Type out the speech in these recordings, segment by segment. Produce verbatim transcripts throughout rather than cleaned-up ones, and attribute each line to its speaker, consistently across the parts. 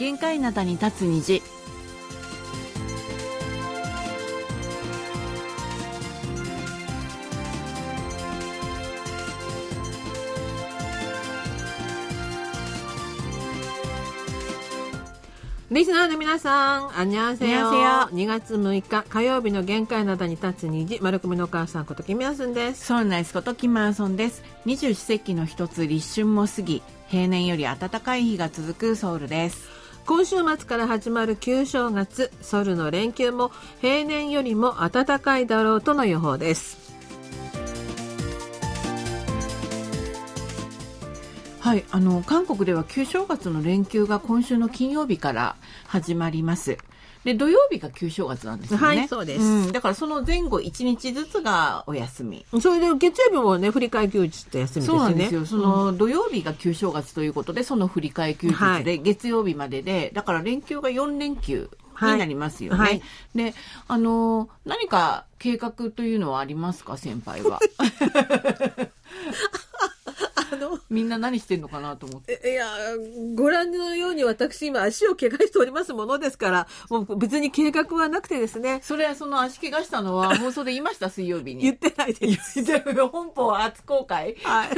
Speaker 1: 限界灘に立つ虹。
Speaker 2: リスナーの皆さん、あんにゃんせよ。にがつむいか火曜日の限界灘に立つ虹、丸組のお母さんことキミヤスンです。
Speaker 1: ソンナイスことキムアソンです。二十四節気の一つ立春も過ぎ、平年より暖かい日が続くソウルです。
Speaker 2: 今週末から始まる旧正月、ソウルの連休も平年よりも暖かいだろうとの予報です。
Speaker 1: はい、あの韓国では旧正月の連休が今週の金曜日から始まります。で、土曜日が旧正月なんですよね。
Speaker 2: はい、そうです、
Speaker 1: うん、だからその前後いちにちずつがお休み。
Speaker 2: それで月曜日もね、振り替え休日って休みですよね。
Speaker 1: そうなんですよ。その土曜日が旧正月ということで、その振り替え休日で月曜日までで、だから連休がよんれんきゅうになりますよね。はいはい、で、あの何か計画というのはありますか、先輩は。あのみんな何してんのかなと思って。
Speaker 2: いや、ご覧のように私今足を怪我しておりますものですから、もう別に計画はなくてですね。
Speaker 1: それはその足怪我したのは放送で言いました、水曜日に。
Speaker 2: 言ってないです。
Speaker 1: 本邦初公開。はい。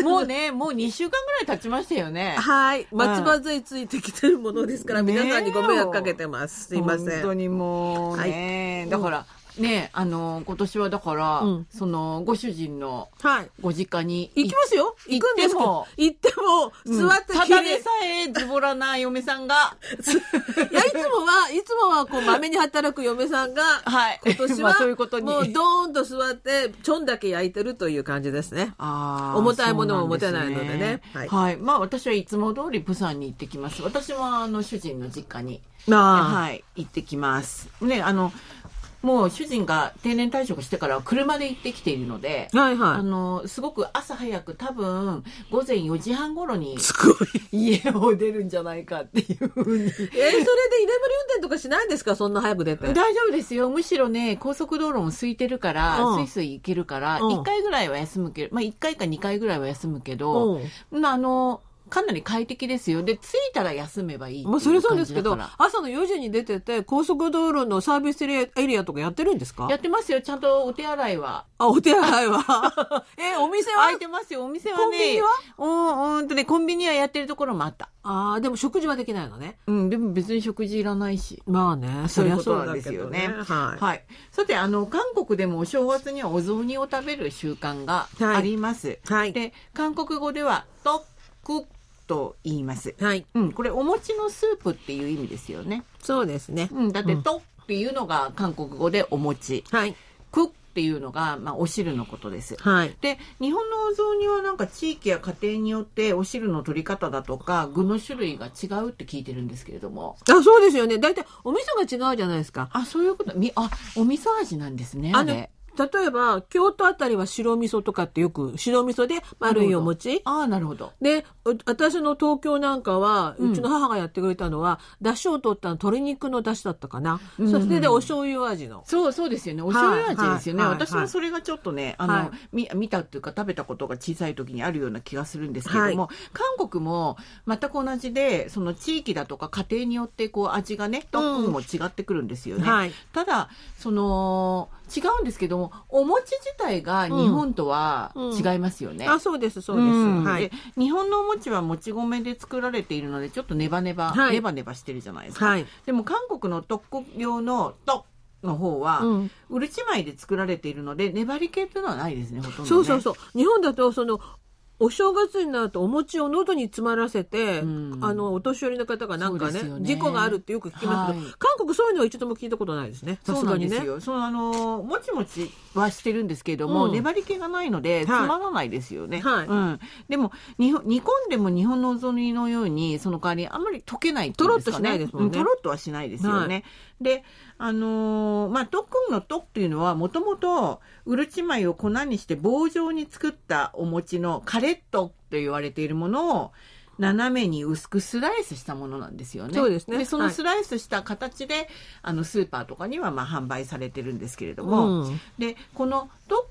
Speaker 1: もうね、もうにしゅうかんぐらい経ちましたよね。
Speaker 2: はい。待ち場ずついてきてるものですから、皆さんにご迷惑かけてます。すいません。
Speaker 1: 本当にもうね、はい、だから、うんね、あの今年はだから、うん、そのご主人のご実家に、
Speaker 2: はい、行きますよ。行くんですも行っても座って、
Speaker 1: うん、ただでさえズボラな嫁さんが
Speaker 2: いや、いつもはいつもはこうまめに働く嫁さんが、はい、今年はそういうことにもうドーンと座ってちょんだけ焼いてるという感じですね。あ、重たいものも持てないのでね。
Speaker 1: はい、はい、まあ私はいつも通りプサンに行ってきます。私はあの主人の実家に、はい、行ってきますね。あのもう主人が定年退職してからは車で行ってきているので、はいはい、あのすごく朝早く、多分ごぜんよじはん頃に家を出るんじゃないかっていうふうに。えー、それで居眠り運
Speaker 2: 転とかしないんですか？そんな早く出て。
Speaker 1: 大丈夫ですよ。むしろね、高速道路も空いてるから、うん、スイスイ行けるから、うん、いっかいぐらいは休むけど、まあいっかいかにかいぐらいは休むけど、うん、あのかなり快適ですよ。で、着いたら休めばいいっていう感じだから。まあ、それそうですけど、
Speaker 2: 朝のよじに出てて、高速道路のサービスエリアとかやってるんですか？
Speaker 1: やってますよ。ちゃんとお手洗いは。
Speaker 2: あ、お手洗いは。え、お店は
Speaker 1: 開いてますよ。お店はね。
Speaker 2: コンビニは
Speaker 1: うん、うんとね、コンビニはやってるところもあった。
Speaker 2: ああ、でも食事はできないのね。
Speaker 1: うん、でも別に食事いらないし。
Speaker 2: まあね、
Speaker 1: そういうことなんですよね。はい。はい。さて、あの、韓国でもお正月にはお雑煮を食べる習慣があります。はい。はい、で、韓国語では、トックと言います。はい。うん、これお餅のスープっていう意味ですよね。
Speaker 2: そうですね。
Speaker 1: うん、だってトっていうのが韓国語でお餅。はい。クっていうのがまあお汁のことです。はい。で、日本のお雑煮はなんか地域や家庭によってお汁の取り方だとか具の種類が違うって聞いてるんですけれども。
Speaker 2: あ、そうですよね。だいたいお味噌が違うじゃないですか。
Speaker 1: あ、そういうこと。み、あ、お味噌味なんですね。あれ。
Speaker 2: 例えば京都あたりは白味噌とかってよく白味噌で丸いお餅。
Speaker 1: ああ、なるほど。
Speaker 2: で、私の東京なんかは、うちの母がやってくれたのは、うん、出汁を取ったの鶏肉の出汁だったかな。うん、そしてでお醤油味の。
Speaker 1: そうそうですよね。お醤油味ですよね。はいはい、私もそれがちょっとね、あの、はい、見, 見たっていうか食べたことが小さい時にあるような気がするんですけれども、はい、韓国も全く同じで、その地域だとか家庭によってこう味がね、どこも違ってくるんですよね。うんはい、ただその違うんですけども、お餅自体が日本とは違いますよね。
Speaker 2: うんうん、あ、そうですそうです、うんはい、
Speaker 1: で日本のお餅はもち米で作られているのでちょっとネバネバ、はい、ネバネバしてるじゃないですか。はい、でも韓国の特国用のトッの方は、うん、うるち米で作られているので粘り気っていうのはないですね、ほとんどね。
Speaker 2: そうそうそう。日本だとそのお正月になるとお餅を喉に詰まらせて、うん、あのお年寄りの方がなんか ね, ね事故があるってよく聞きますけど、はい、韓国そういうのは一度も聞いたことないですね。さすがにね。そうなんですよ。
Speaker 1: そのあのもちもちはしてるんですけれども、うん、粘り気がないのでつまらないですよね。はいうん、でも煮込んでも日本のお雑煮のようにその代わりあんまり溶けないっていうんですかね。
Speaker 2: とろっとしないですもんね。
Speaker 1: とろっとはしないですよね。はい、であのー、まあ特訓の特っていうのはもともとうるち米を粉にして棒状に作ったお餅のカレットと言われているものを斜めに薄くスライスしたものなんですよね。
Speaker 2: そうですね。
Speaker 1: でそのスライスした形で、はい、あのスーパーとかにはまあ販売されてるんですけれども、うん、でこの特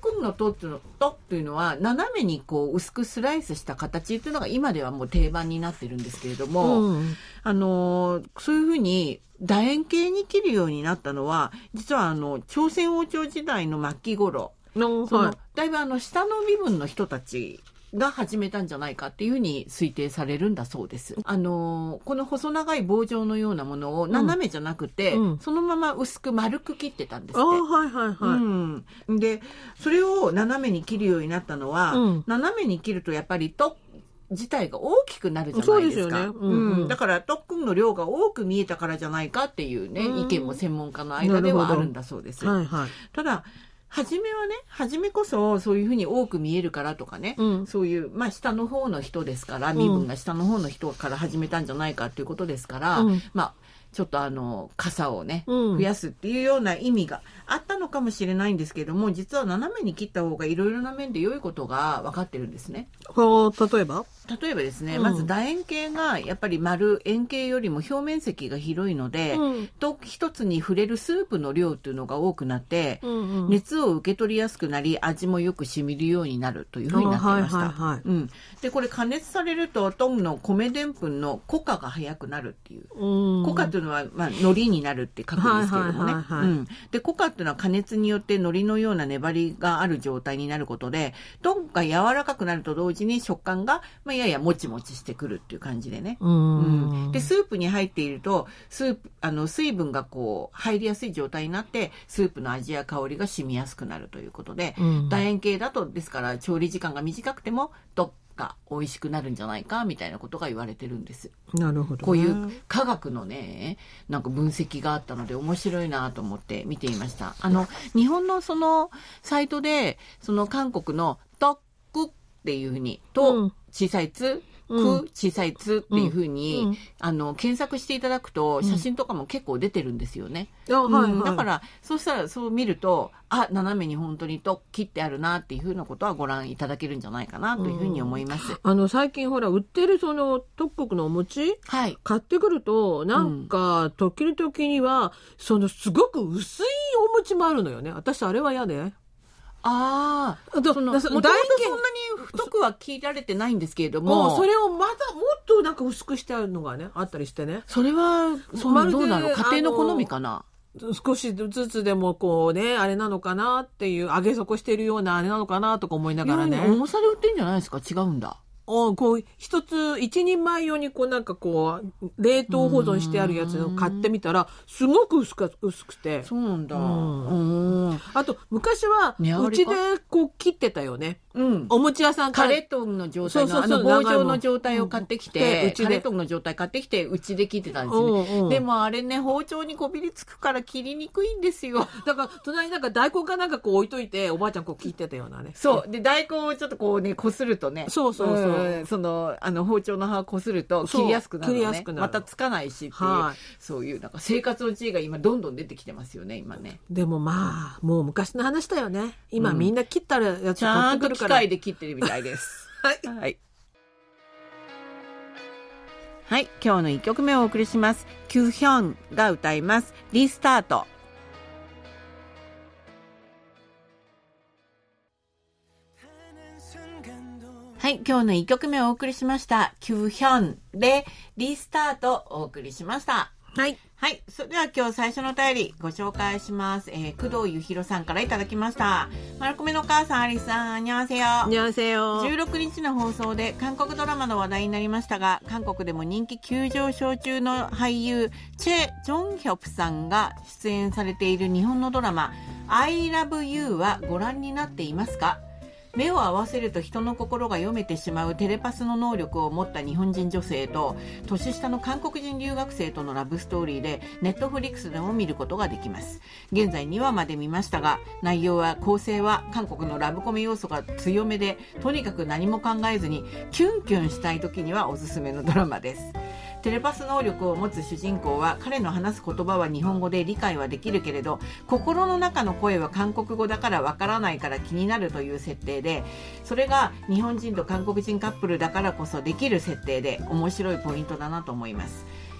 Speaker 1: クンのトっていうのトっていうのは斜めにこう薄くスライスした形っていうのが今ではもう定番になってるんですけれども、うん、あのそういうふうに楕円形に切るようになったのは実はあの朝鮮王朝時代の末期頃、のその、はい、だいぶあの下の身分の人たちが始めたんじゃないかっていうふうに推定されるんだそうです。あのこの細長い棒状のようなものを斜めじゃなくて、うん、そのまま薄く丸く切ってたんですって。あ、
Speaker 2: はいはいはい。
Speaker 1: うん、でそれを斜めに切るようになったのは、うん、斜めに切るとやっぱりと自体が大きくなるじゃないですか。そうですよね。うんうん、だから特訓の量が多く見えたからじゃないかっていうね、うん、意見も専門家の間ではあるんだそうです。はいはい、ただ初めはね、初めこそそういうふうに多く見えるからとかね、うん、そういう、まあ下の方の人ですから、身分が下の方の人から始めたんじゃないかっていうことですから、うん、まあ、ちょっとあの、傘をね、うん、増やすっていうような意味があったのかもしれないんですけども、実は斜めに切った方がいろいろな面で良いことが分かってるんですね。
Speaker 2: 例えば
Speaker 1: 例えばですね、うん、まず楕円形がやっぱり丸円形よりも表面積が広いので、うん、と一つに触れるスープの量っていうのが多くなって、うんうん、熱を受け取りやすくなり味もよく染みるようになるというふうになっていました。はいはいはい、うん、でこれ加熱されるとトンの米でんぷんの固化が早くなるっていう、うん、固化というのは、まあ、海苔になるって書くんですけれどもね、はいはいはいはい、うん、で固化っていうのは加熱によって海苔のような粘りがある状態になることでトンが柔らかくなると同時に食感が、まあ、ややもちもちしてくるっていう感じでね。うん、うん、でスープに入っているとスープあの水分がこう入りやすい状態になってスープの味や香りが染みやすくなるということで、うん、楕円形だとですから調理時間が短くてもどっか美味しくなるんじゃないかみたいなことが言われてるんです。
Speaker 2: なるほど、ね、
Speaker 1: こういう科学のねなんか分析があったので面白いなと思って見ていました。あの日本のそのサイトでその韓国のトックっていうふうにと小さいつ、うん、く小さいつっていうふうに、うん、あの検索していただくと写真とかも結構出てるんですよね。うんうん、だからそうしたらそう見るとあ斜めに本当にと切ってあるなっていうふうなことはご覧いただけるんじゃないかなというふうに思います。
Speaker 2: うん、あの最近ほら売ってるその特国のお餅、はい、買ってくるとなんか時々にはそのすごく薄いお餅もあるのよね。私あれは嫌で。
Speaker 1: ああ、もともとそんなに太くは切られてないんですけれども、
Speaker 2: もうそれをまたもっとなんか薄くしてあるのがねあったりしてね。
Speaker 1: それはそんどうなの？家庭の好みかな。
Speaker 2: 少しずつでもこうねあれなのかなっていう上げ底してるようなあれなのかなとか思いながらね。
Speaker 1: 重さで売ってんじゃないですか？違うんだ。
Speaker 2: こう一つ一人前用にこうなんかこう冷凍保存してあるやつを買ってみたらすごく薄く薄くて。
Speaker 1: そうなんだ。
Speaker 2: うんうん、あと昔はうちでこう切ってたよね。うん、お餅屋さん
Speaker 1: からカレトンの状態のあの棒状の状態を買ってきて、うん、カレトンの状態買ってきてうちで切ってたんですね、うんうん、でもあれね包丁にこびりつくから切りにくいんですよ。
Speaker 2: だから隣になんか大根かなんかこう置いといておばあちゃんこう切ってたようなね。
Speaker 1: そうで大根をちょっとこうねこするとね
Speaker 2: そうそうそう、うん、
Speaker 1: そのあの包丁の刃をこすると切りやすくなるのね。切りやすくなるまたつかないしっていう、はい、そういうなんか生活の知恵が今どんどん出てきてますよね今ね。
Speaker 2: でもまあもう昔の話だよね今、うん、みんな切ったらやつ
Speaker 1: ちゃんと機械で切ってるみたいですはい、はいはい、今日のいっきょくめをお送りします。キュヒョンが歌いますリスタート。はい、今日のいっきょくめをお送りしましたキュヒョンでリスタートをお送りしました。はいはい。それでは今日最初のお便りご紹介します。えー、工藤ゆひろさんからいただきました。まるこめのお母さん、アリスさん、こんにちは。
Speaker 2: こんにちは。
Speaker 1: じゅうろくにちの放送で韓国ドラマの話題になりましたが、韓国でも人気急上昇中の俳優、チェ・ジョンヒョプさんが出演されている日本のドラマ、I Love You はご覧になっていますか？目を合わせると人の心が読めてしまうテレパスの能力を持った日本人女性と年下の韓国人留学生とのラブストーリーでネットフリックスでも見ることができます。現在にわまで見ましたが内容は構成は韓国のラブコメ要素が強めでとにかく何も考えずにキュンキュンしたい時にはおすすめのドラマです。テレパス能力を持つ主人公は彼の話す言葉は日本語で理解はできるけれど心の中の声は韓国語だからわからないから気になるという設定でそれが日本人と韓国人カップルだからこそできる設定で面白いポイントだなと思います。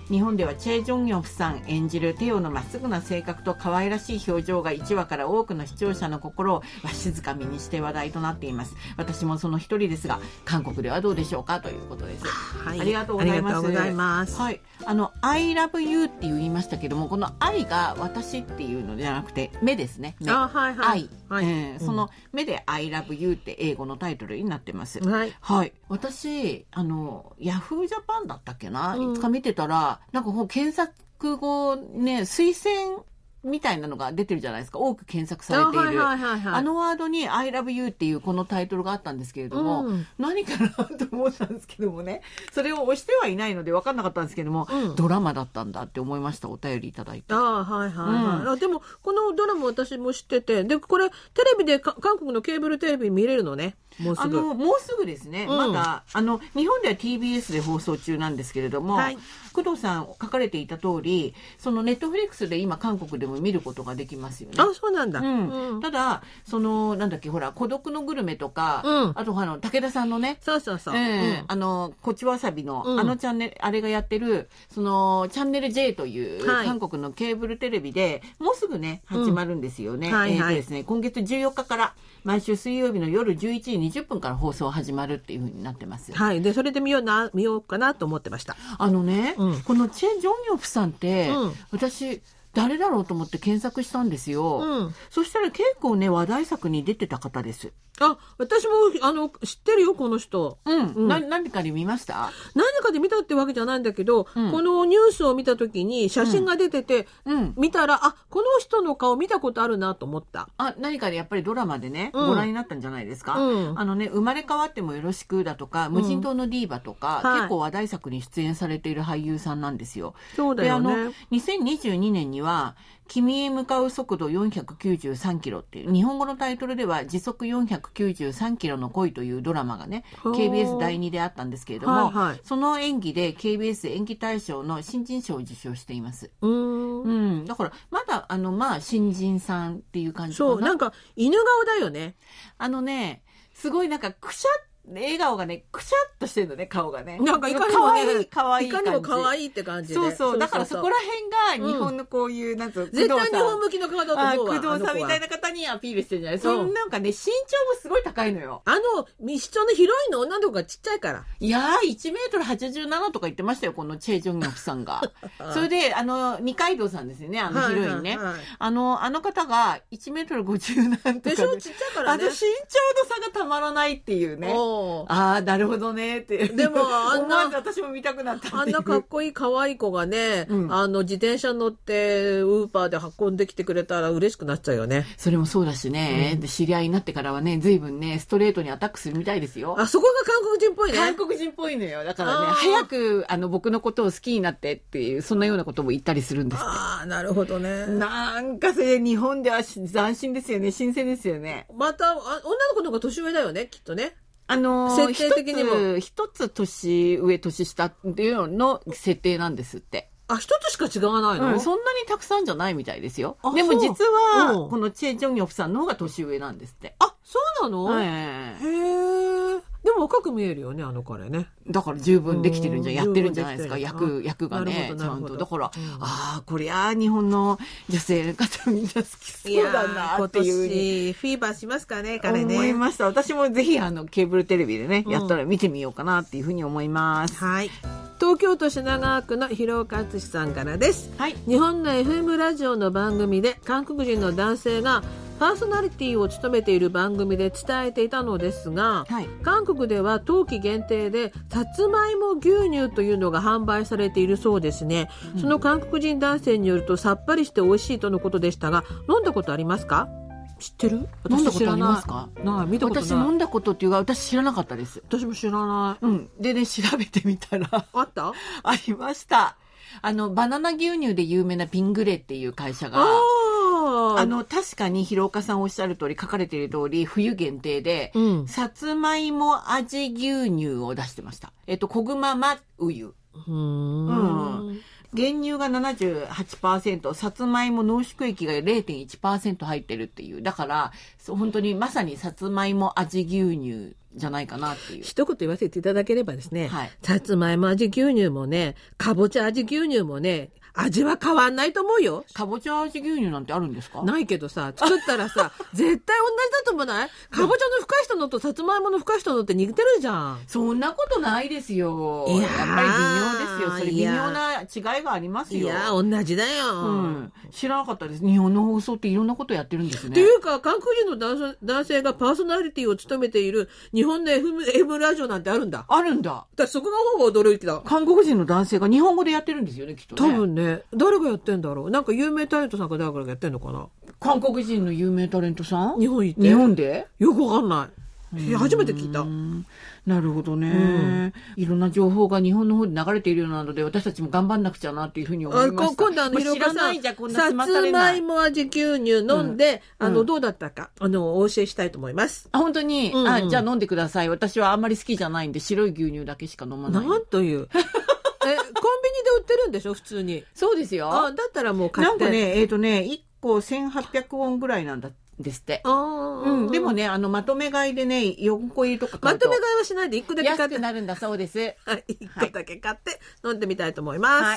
Speaker 1: 日本ではチェ・ジョンヨフさん演じるテオのまっすぐな性格と可愛らしい表情がいちわから多くの視聴者の心をわしづかみにして話題となっています。私もその一人ですが、韓国ではどうでしょうかということです。はい、ありがとうございます。ありがとうございます。はい、あの I love you って言いましたけども、この愛が私っていうのじゃなくて目ですね。目。あ、はいはい。愛、はい、えー、その目で I love you って英語のタイトルになってます。はい。はい。私あのヤフージャパンだったっけな、うん、いつか見てたらなんかこう検索後ね推薦みたいなのが出てるじゃないですか。多く検索されている あ,、はいはいはいはい、あのワードに I love you っていうこのタイトルがあったんですけれども、うん、何かなと思ったんですけどもね、それを押してはいないので分かんなかったんですけども、うん、ドラマだったんだって思いました。お便りいただいて。あ、はいはいはい、うん、あでもこのドラマ私も知ってて、でこれテレビで韓国のケーブルテレビ見れるのね。もうすぐあのもうすぐですね、うん、まだあの日本では ティービーエス で放送中なんですけれども、はい、工藤さん書かれていた通り、そのネットフリックスで今韓国でも見ることができますよね。あ、そうなんだ、うんうん、ただそのなんだっけ、ほら孤独のグルメとか、うん、あとあの武田さんのね、そうそうそう、えーうん、あのこちわさびの、うん、あのチャンネルあれがやってるそのチャンネル J という、はい、韓国のケーブルテレビでもうすぐね始まるんですよね。うん、はいはい、えーとですね、今月じゅうよっかから毎週水曜日の夜じゅういちじにじゅっぷんから放送始まるっていう風になってます。はい。でそれで見ような見ようかなと思ってました。あのね、うん、このチェ・ジョンヨフさんって、うん、私誰だろうと思って検索したんですよ。うん、そしたら結構ね話題作に出てた方です。あ、私もあの知ってるよこの人。うん。うん、な何かで見ました？何かで見たってわけじゃないんだけど、うん、このニュースを見た時に写真が出てて、うん、見たらあこの人の顔見たことあるなと思った。あ、何かでやっぱりドラマでね、うん、ご覧になったんじゃないですか。うん、あのね、生まれ変わってもよろしくだとか、無人島のディーバとか、うん、結構話題作に出演されている俳優さんなんですよ。そうだよね。であのにせんにじゅうにねんには君へ向かう速度よんひゃくきゅうじゅうさんキロっていう日本語のタイトルでは時速よんひゃくきゅうじゅうさんキロの恋というドラマがね ケービーエス だいにであったんですけれども、はいはい、その演技で ケービーエス 演技大賞の新人賞を受賞しています。うーん、うん、だからまだあのまあ新人さんっていう感じかな。そう、なんか犬顔だよね。あのねすごいなんかくしゃっ笑顔がねくしゃっとしてるのね、顔がね、なんかいかにもね可愛いいかにも可愛いって感じで、そうそう、だからそこら辺が日本のこういう、うん、なんつう絶対日本向きの顔だと思うわ。工藤さんみたいな方にアピールしてるんじゃない。そのなんかね身長もすごい高いのよ。あの身長の広いの女の子がちっちゃいから。いやーいちメートルはちじゅうななとか言ってましたよ、このチェ・ジョンヨフさんがそれであの二階堂さんですよね、あのヒロインね、はいはいはい、あのあの方がいちメートルごじゅうなんとかでしょ、ちっちゃいからね。あの身長の差がたまらないっていうね。ああなるほどねって。でもあんな私も見たくなったっていう。あんなかっこいい可愛い子がね、うん、あの自転車乗ってウーパーで運んできてくれたら嬉しくなっちゃうよね。それもそうだしね、うん、で知り合いになってからはね随分ねストレートにアタックするみたいですよ。あそこが韓国人っぽいね。韓国人っぽいのよ。だからね早くあの僕のことを好きになってっていうそんなようなことも言ったりするんですって。ああなるほどね。なんかそれ日本では斬新ですよね、新鮮ですよね。またあ女の子の方が年上だよねきっとね。あのー、設定的にも一つ年上年下っていうのの設定なんですって。あ、一つしか違わないの、うん、そんなにたくさんじゃないみたいですよ。でも実は、うん、このチェ・ジョンヨフさんの方が年上なんですって。あ、そうなの、はい、へえ。でも若く見えるよねあの彼ね。だから十分できてるんじゃ、やってるんじゃないですか、役役がねちゃんと。だから、うん、ああこりゃ日本の女性の方みんな好きそうだなっていう今年フィーバーしますかね彼ね。思いました。私もぜひあのケーブルテレビでね、うん、やったら見てみようかなっていうふうに思います。はい。東京都品川区の広岡敦さんからです。はい。日本の エフエム ラジオの番組で韓国人の男性がパーソナリティを務めている番組で伝えていたのですが、はい、韓国では冬季限定でさつまいも牛乳というのが販売されているそうですね、うん、その韓国人男性によるとさっぱりして美味しいとのことでしたが、飲んだことありますか？知ってる？飲んだことありますか？ない、見たことない。私飲んだことっていうか私知らなかったです。私も知らない、うん、でね調べてみたらあったありました。あのバナナ牛乳で有名なピングレっていう会社があの確かに広岡さんおっしゃる通り書かれている通り冬限定で、うん、さつまいも味牛乳を出してました。えっと小熊まうゆ。うーん、うん、原乳が ななじゅうはちパーセント、 さつまいも濃縮液が れいてんいちパーセント 入ってるっていう。だから本当にまさにさつまいも味牛乳じゃないかなっていう。
Speaker 2: 一言言わせていただければですね、
Speaker 1: はい、
Speaker 2: さつまいも味牛乳もね、かぼちゃ味牛乳もね、味は変わんないと思うよ。
Speaker 1: かぼちゃ味牛乳なんてあるんですか？
Speaker 2: ないけどさ、作ったらさ、絶対同じだと思わない？かぼちゃのふかしたのとさつまいものふかしたのって似てるじゃん。
Speaker 1: そんなことないですよ。やっぱり微妙ですよ。それ微妙な違いがありますよ。
Speaker 2: いや、同じだよ、
Speaker 1: うん。知らなかったです。日本の放送っていろんなことやってるんですね。
Speaker 2: っていうか、韓国人の男男性がパーソナリティを務めている日本の エフエム ラジオなんてあるんだ。
Speaker 1: あるんだ。
Speaker 2: だからそこがほぼ驚いてた。
Speaker 1: 韓国人の男性が日本語でやってるんですよね、きっとね。
Speaker 2: 多分ね。誰がやってんだろう。なんか有名タレントさんか誰かがやってんのかな。
Speaker 1: 韓国人の有名タレントさん？
Speaker 2: 日本行って。
Speaker 1: 日本で？
Speaker 2: よくわかんない。初めて聞いた。
Speaker 1: なるほどね、うん。いろんな情報が日本の方で流れているようなので、私たちも頑張んなくちゃなっていうふうに思いました。
Speaker 2: 今度あの、ひろかさん、さつまいも味牛乳飲んで、うん、あの、どうだったか、あの、お教えしたいと思います。
Speaker 1: あ、本当に、うんうん、あ、じゃあ飲んでください。私はあんまり好きじゃないんで、白い牛乳だけしか飲まない。
Speaker 2: なんという。え、コンビニで売ってるんでしょ普通に。
Speaker 1: そうですよ。
Speaker 2: あ、だったらもう買って。
Speaker 1: なんかね、えっとね、いっこせんはっぴゃくウォンぐらいなんだですって。あうん。でもね、あの、まとめ買いでね、よんこ入りとか買うと。
Speaker 2: まとめ買いはしないでいっこだけ買って。
Speaker 1: 安くなるんだそうです。
Speaker 2: はい。いっこだけ買って飲んでみたいと思います。はい。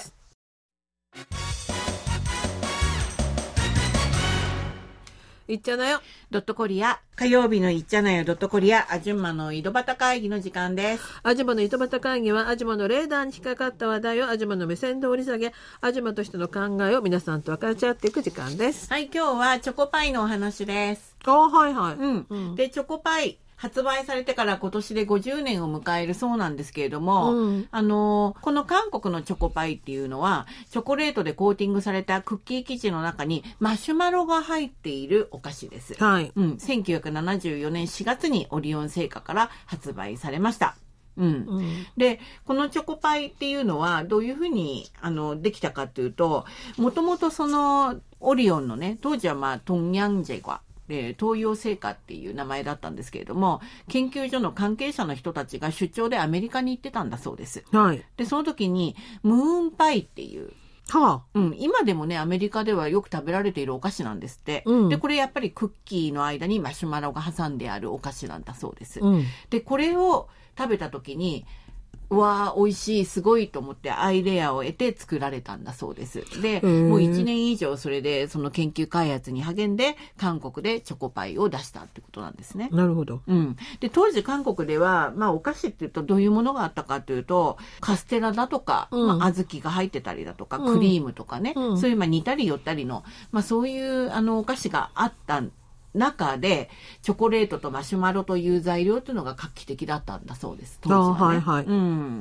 Speaker 2: いっちゃなよ。
Speaker 1: ドットコリア。火曜日のいっちゃなよドットコリア。アジュンマの井戸端会議の時間です。
Speaker 2: アジュマの井戸端会議は、アジュマのレーダーに引っかかった話題をアジュマの目線で掘り下げ、アジュマとしての考えを皆さんと分かち合っていく時間です。
Speaker 1: はい、今日はチョコパイのお話です。
Speaker 2: あ、はいはい。
Speaker 1: うん。うん、で、チョコパイ。発売されてから今年でごじゅうねんを迎えるそうなんですけれども、うん、あの、この韓国のチョコパイっていうのは、チョコレートでコーティングされたクッキー生地の中にマシュマロが入っているお菓子です。
Speaker 2: はい。
Speaker 1: うん。せんきゅうひゃくななじゅうよねんしがつにオリオン製菓から発売されました。うん。うん、で、このチョコパイっていうのはどういうふうに、あの、できたかというと、もともとその、オリオンのね、当時はまあ、トンヤンジェガ。で東洋製菓っていう名前だったんですけれども、研究所の関係者の人たちが出張でアメリカに行ってたんだそうです。
Speaker 2: はい。
Speaker 1: で、その時に、ムーンパイっていう、
Speaker 2: はあ、
Speaker 1: うん、今でもね、アメリカではよく食べられているお菓子なんですって。うん、で、これやっぱりクッキーの間にマシュマロが挟んであるお菓子なんだそうです。うん、で、これを食べた時に、うわー美味しいすごいと思ってアイデアを得て作られたんだそうです。でもういちねん以上それでその研究開発に励んで韓国でチョコパイを出したってことなんですね。
Speaker 2: なるほど。
Speaker 1: うん、で当時韓国では、まあ、お菓子っていうとどういうものがあったかというとカステラだとか、うんまあ、小豆が入ってたりだとか、うん、クリームとかね、うん、そういうまあ似たり寄ったりの、まあ、そういうあのお菓子があったん中でチョコレートとマシュマロという材料というのが画期的だったんだそうです。当時はね。
Speaker 2: はいはい。
Speaker 1: うん。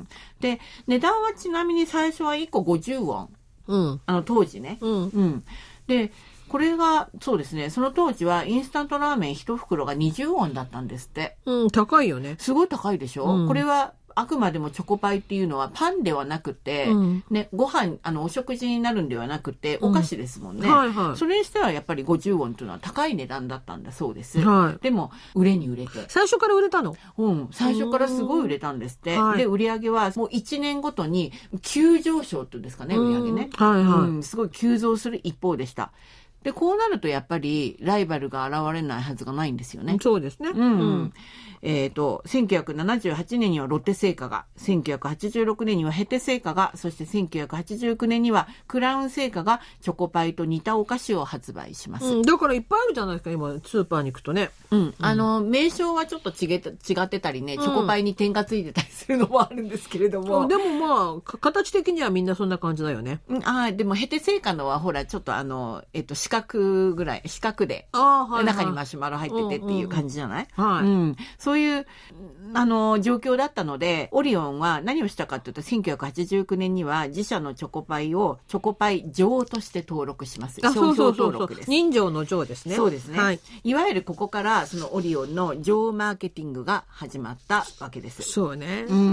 Speaker 1: で、値段はちなみに最初はいっこごじゅうウォン。うん。あの当時ね。うん。うん。で、これがそうですね。その当時はインスタントラーメン一袋がにじゅうウォンだったんですって。
Speaker 2: うん、高いよね。
Speaker 1: すごい高いでしょ。うん、これはあくまでもチョコパイっていうのはパンではなくて、うん、ね、ご飯、あの、お食事になるんではなくて、お菓子ですもんね。うんはいはい、それにしてはやっぱりごじゅうウォンというのは高い値段だったんだそうです。はい、でも、売れに売れて。
Speaker 2: 最初から売れたの？
Speaker 1: うん。最初からすごい売れたんですって。で、売り上げはもういちねんごとに急上昇っていうんですかね、売り上げね。はいはい、うん。すごい急増する一方でした。で、こうなるとやっぱりライバルが現れないはずがないんですよね。
Speaker 2: そうですね。
Speaker 1: うん。うん、えっと、せんきゅうひゃくななじゅうはちねんにはロッテ製菓が、せんきゅうひゃくはちじゅうろくねんにはヘテ製菓が、そしてせんきゅうひゃくはちじゅうきゅうねんにはクラウン製菓がチョコパイと似たお菓子を発売します。
Speaker 2: うん、だからいっぱいあるじゃないですか、今、スーパーに行くとね。
Speaker 1: うん。うん、あの、名称はちょっと違って違ってたりね、チョコパイに点がついてたりするのもあるんですけれども。
Speaker 2: うん、でもまあ、形的にはみんなそんな感じだよね。
Speaker 1: うん、ああ、でもヘテ製菓のはほら、ちょっとあの、えっと、四角ぐらい、四角で、
Speaker 2: あ、はいはい、
Speaker 1: 中にマシュマロ入っててっていう感じじゃない？うんうん、はい。うん。そういう、あの、状況だったので、オリオンは何をしたかというと、せんきゅうひゃくはちじゅうきゅうねんには自社のチョコパイをチョコパイ上として登録します。商標登録です。
Speaker 2: 人情の上ですね。
Speaker 1: そうですね。はい。いわゆるここからそのオリオンの上マーケティングが始まったわけです。
Speaker 2: そうね。
Speaker 1: うん。うん、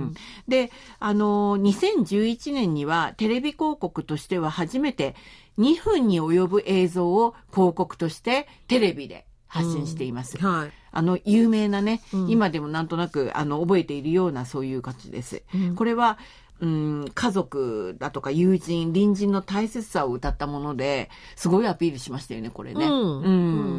Speaker 1: で、あの、にせんじゅういちねんにはテレビ広告としては初めてにふんに及ぶ映像を広告としてテレビで発信しています。
Speaker 2: うん、はい。
Speaker 1: あの、有名なね、うん、今でもなんとなく、あの、覚えているようなそういう形です。うん、これは、うん、家族だとか友人、隣人の大切さを歌ったもので、すごいアピールしましたよね、これね。うん。うん、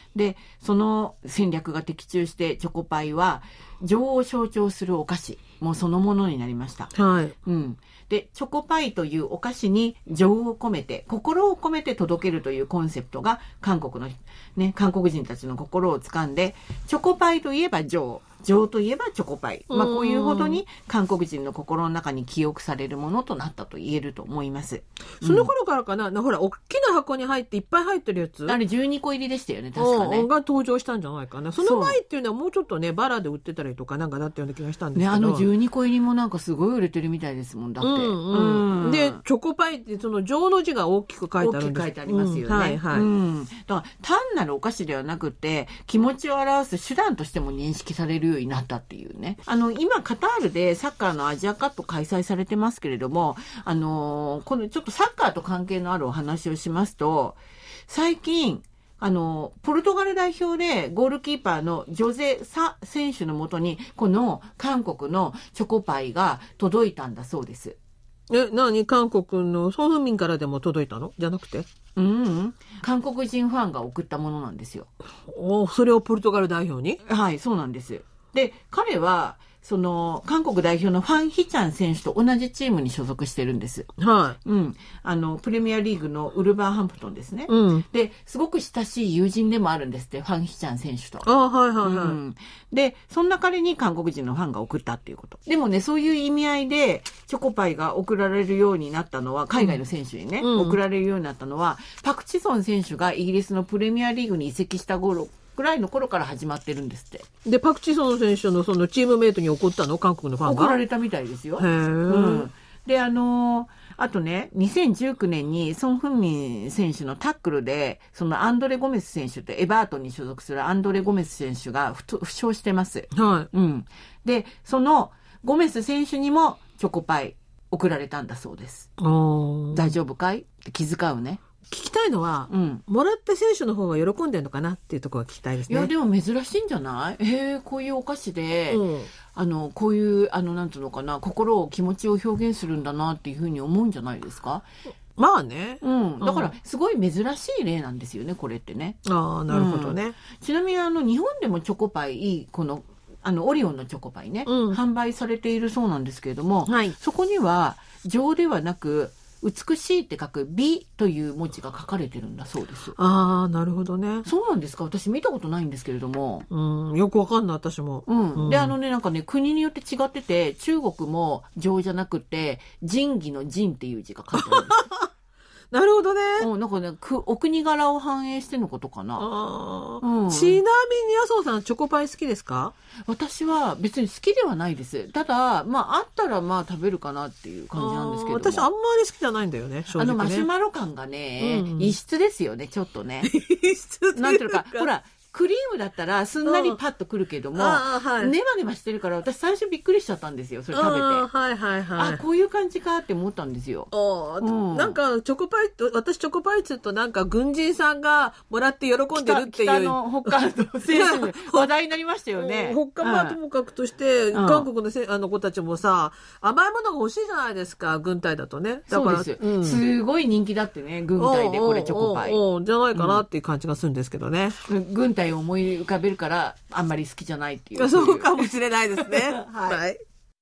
Speaker 1: でその戦略が的中してチョコパイは情を象徴するお菓子もうそのものになりました、
Speaker 2: はい
Speaker 1: うん、でチョコパイというお菓子に情を込めて心を込めて届けるというコンセプトが韓国の、ね、韓国人たちの心を掴んで、チョコパイといえば情、情といえばチョコパイ、まあ、こういうほどに韓国人の心の中に記憶されるものとなったと言えると思います。
Speaker 2: その頃からかな、うん、ほら大きな箱に入っていっぱい入ってるやつ、
Speaker 1: あれじゅうにこ入りでしたよね、確かね。
Speaker 2: が登場したんじゃないかな。その前っていうのはもうちょっとねバラで売ってたりとかなんかだったような気がしたんですけど、
Speaker 1: ね、あのじゅうにこ入りもなんかすごい売れてるみたいですもん。だって、うん
Speaker 2: うんうん、でチョコパイってその情の字が大きく書いてあるんです。
Speaker 1: 大きく書いてありますよね、うん、はいはい、うん、だから単なるお菓子ではなくて気持ちを表す手段としても認識されるようになったっていうね。あの今カタールでサッカーのアジアカップ開催されてますけれども、あのこのちょっとサッカーと関係のあるお話をしますと、最近あのポルトガル代表でゴールキーパーのジョゼ・サ選手のもとにこの韓国のチョコパイが届いたんだそうです。
Speaker 2: え、何、韓国のソン・フンミンからでも届いたのじゃなくて、
Speaker 1: うん、うん、韓国人ファンが送ったものなんですよ。
Speaker 2: お、それをポルトガル代表に？
Speaker 1: はい、そうなんです。で彼はその韓国代表のファン・ヒチャン選手と同じチームに所属してるんです。
Speaker 2: はい、
Speaker 1: うん、あのプレミアリーグのウルバーハンプトンですね、
Speaker 2: うん、
Speaker 1: ですごく親しい友人でもあるんですって、ファン・ヒチャン選手と。
Speaker 2: あ、はいはいはい、
Speaker 1: うん、でそんな彼に韓国人のファンが送ったっていうこと。でもね、そういう意味合いでチョコパイが送られるようになったのは、海外の選手にね、うん、送られるようになったのはパク・チソン選手がイギリスのプレミアリーグに移籍した頃ぐらいの頃から始まってるんですって。
Speaker 2: でパク・チソン選手のそのチームメイトに怒ったの、韓国のファンが
Speaker 1: 怒られたみたいですよ。
Speaker 2: へー、
Speaker 1: うん、であのー、あとねにせんじゅうきゅうねんにソン・フンミン選手のタックルでそのアンドレ・ゴメス選手ってエバートンに所属するアンドレ・ゴメス選手が負傷してます、
Speaker 2: はい、
Speaker 1: うん、でそのゴメス選手にもチョコパイ送られたんだそうです。大丈夫かいって気遣うね。
Speaker 2: 聞きたいのは、うん、もらった選手の方が喜んでるのかなっていうところが聞きたいですね。
Speaker 1: いやでも珍しいんじゃない？へえ、こういうお菓子で、うん、あのこういうあのなんていうのかな、心を気持ちを表現するんだなっていうふうに思うんじゃないですか。
Speaker 2: まあね、
Speaker 1: うん、だからすごい珍しい例なんですよね、これってね。
Speaker 2: ああ、なるほどね、うん、
Speaker 1: ちなみにあの日本でもチョコパイ、このあのオリオンのチョコパイね、うん、販売されているそうなんですけれども、はい、そこには情ではなく美しいって書く美という文字が書かれてるんだそうです。
Speaker 2: ああ、なるほどね。
Speaker 1: そうなんですか。私見たことないんですけれども、
Speaker 2: うん、よくわかんない私も、
Speaker 1: うんうん、であのね、なんかね、国によって違ってて、中国も情じゃなくて仁義の仁っていう字が書いてあるんです
Speaker 2: なるほどね。
Speaker 1: うん、なんかね、お国柄を反映してのことかな。
Speaker 2: あ、うん、ちなみに麻生さんチョコパイ好きですか？
Speaker 1: 私は別に好きではないです。ただまああったらまあ食べるかなっていう感じなんですけども、
Speaker 2: 私あんまり好きじゃないんだよね、正直ね。
Speaker 1: あのマシュマロ感がね、うん、異質ですよね、ちょっとね。
Speaker 2: 異質っていうか、
Speaker 1: なんていうか、ほらクリームだったらすんなりパッとくるけども、あ、はい、ネバネバしてるから私最初びっくりしちゃったんですよ、それ食べて。あ、
Speaker 2: はいはいはい、
Speaker 1: あ、こういう感じかって思ったんですよ。
Speaker 2: あ、うん、なんかチョコパイ、私チョコパイっつうとなんか軍人さんがもらって喜んでるっていう、
Speaker 1: 北の北海道選手に話題になりましたよね。
Speaker 2: 他はともかくとして、うん、韓国のせあの子たちもさ、甘いものが欲しいじゃないですか、軍隊だとね。だから
Speaker 1: そうです、うん、すごい人気だってね、軍隊でこれチョコパイ
Speaker 2: おうおうおうじゃないかなっていう感じがするんですけどね、
Speaker 1: うん、軍隊を思い浮かべるからあんまり好きじゃないっていう。
Speaker 2: そうかもしれないですね。はい、はい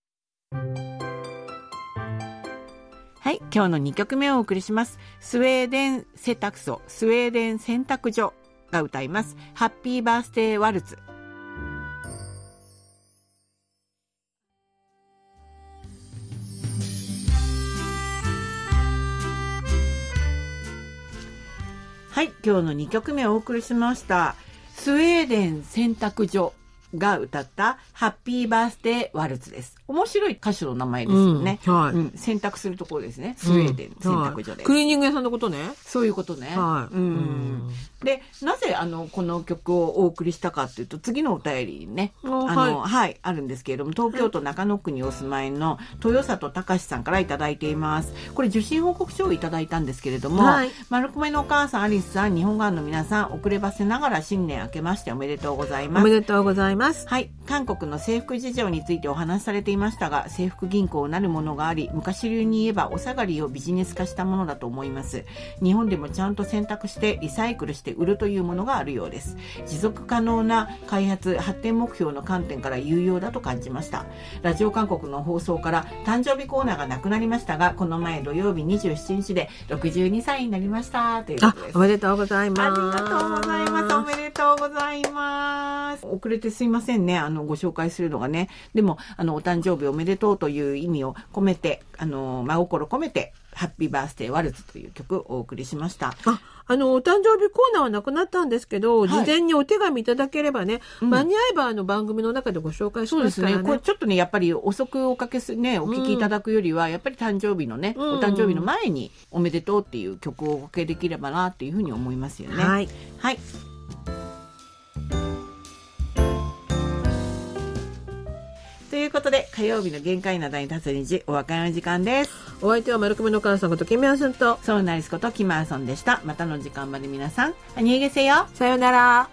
Speaker 1: はい、今日のにきょくめをお送りします。スウェーデンセタクソスウェーデン洗濯所が歌いますハッピーバースデーワルツ。はい、今日のにきょくめをお送りしました。スウェーデン洗濯所が歌ったハッピーバースデーワルツです。面白い歌手の名前ですよね、
Speaker 2: うん、はい、
Speaker 1: うん、洗濯するところですね、スウェーデン洗濯所です、うん、はい、
Speaker 2: クリーニング屋さんのことね。
Speaker 1: そういうことね、
Speaker 2: はい、うん、
Speaker 1: うん、でなぜあのこの曲をお送りしたかというと、次のお便りね、あの、はいはい、あるんですけれども、東京都中野区にお住まいの豊里隆さんからいただいています。これ受信報告書をいただいたんですけれども、はい、丸米のお母さんアリスさん、日本側の皆さん、遅ればせながら新年明けましておめでとうございます。
Speaker 2: おめでとうございます。
Speaker 1: はい、韓国の制服事情についてお話しされていましたが、制服銀行なるものがあり、昔流に言えばお下がりをビジネス化したものだと思います。日本でもちゃんと洗濯してリサイクルしてして売るというものがあるようです。持続可能な開発発展目標の観点から有用だと感じました。ラジオ韓国の放送から誕生日コーナーがなくなりましたが、この前土曜日にじゅうしちにちでろくじゅうにさいになりましたということです。
Speaker 2: おめでとうございます。
Speaker 1: ありがとうございます。おめでとうございます。遅れてすいませんね、あのご紹介するのがね。でもあのお誕生日おめでとうという意味を込めて、あの真心込めてハッピーバースデーワルツという曲をお送りしました。
Speaker 2: あ、あのお誕生日コーナーはなくなったんですけど、はい、事前にお手紙いただければね、うん、間に合えばあの番組の中でご紹介しますからね。そうですね。
Speaker 1: これちょっとね、やっぱり遅くおかけすね、お聞きいただくよりは、うん、やっぱり誕生日のね、うん、お誕生日の前におめでとうっていう曲をおかけできればなっていうふうに思いますよね。
Speaker 2: はい。
Speaker 1: はい。ということで、火曜日の限界などに立つ日、お別れの時間です。
Speaker 2: お相手は丸組の母さんことキムヤソンと
Speaker 1: ソウナリスことキムヤソンでした。またの時間まで皆さん、アニエゲセよ。
Speaker 2: さよなら。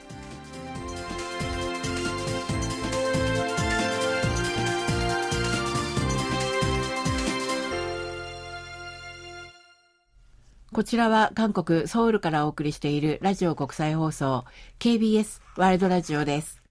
Speaker 1: こちらは韓国ソウルからお送りしているラジオ国際放送 ケービーエス ワールドラジオです。